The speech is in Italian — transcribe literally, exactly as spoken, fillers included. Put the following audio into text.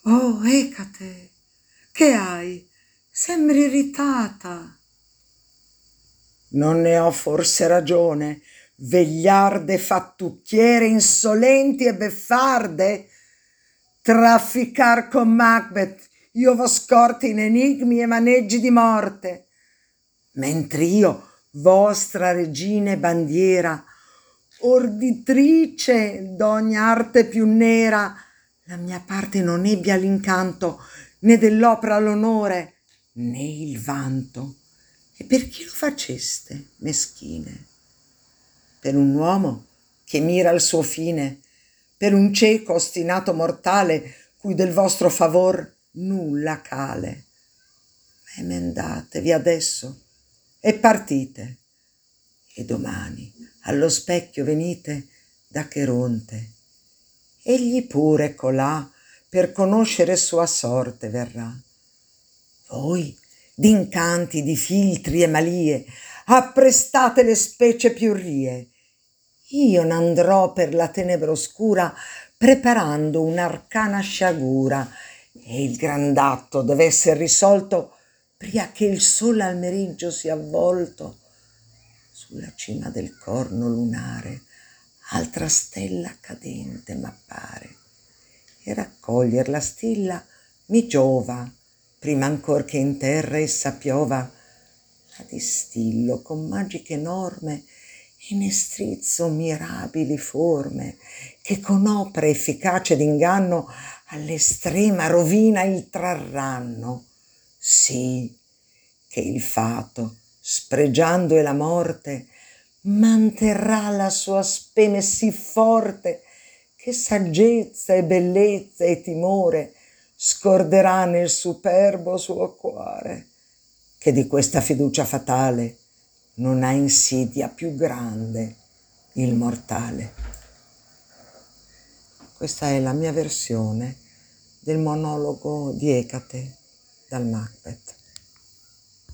Oh, Ecate, che hai? Sembri irritata. Non ne ho forse ragione, vegliarde fattucchiere insolenti e beffarde? Trafficar con Macbeth, io vo scorti in enigmi e maneggi di morte, mentre io, vostra regina e bandiera, orditrice d'ogni arte più nera, la mia parte non ebbi all'incanto né dell'opera l'onore né il vanto. E per chi lo faceste, meschine? Per un uomo che mira al suo fine, per un cieco ostinato mortale cui del vostro favor nulla cale. Emendatevi adesso e partite, e domani allo specchio venite da Cheronte. Egli pure colà per conoscere sua sorte verrà. Voi d'incanti, di filtri e malie apprestate le specie più rie. Io n'andrò per la tenebra oscura preparando un'arcana sciagura, e il grand'atto deve esser risolto pria che il sole al meriggio sia avvolto. Sulla cima del corno lunare altra stella cadente m'appare, e raccoglier la stilla mi giova, prima ancor che in terra essa piova. La distillo con magiche norme e ne strizzo mirabili forme, che con opra efficace d'inganno all'estrema rovina il trarranno. Sì, che il fato, spregiando e la morte, manterrà la sua speme sì forte, che saggezza e bellezza e timore scorderà nel superbo suo cuore, che di questa fiducia fatale non ha insidia più grande il mortale. Questa è la mia versione del monologo di Ecate dal Macbeth.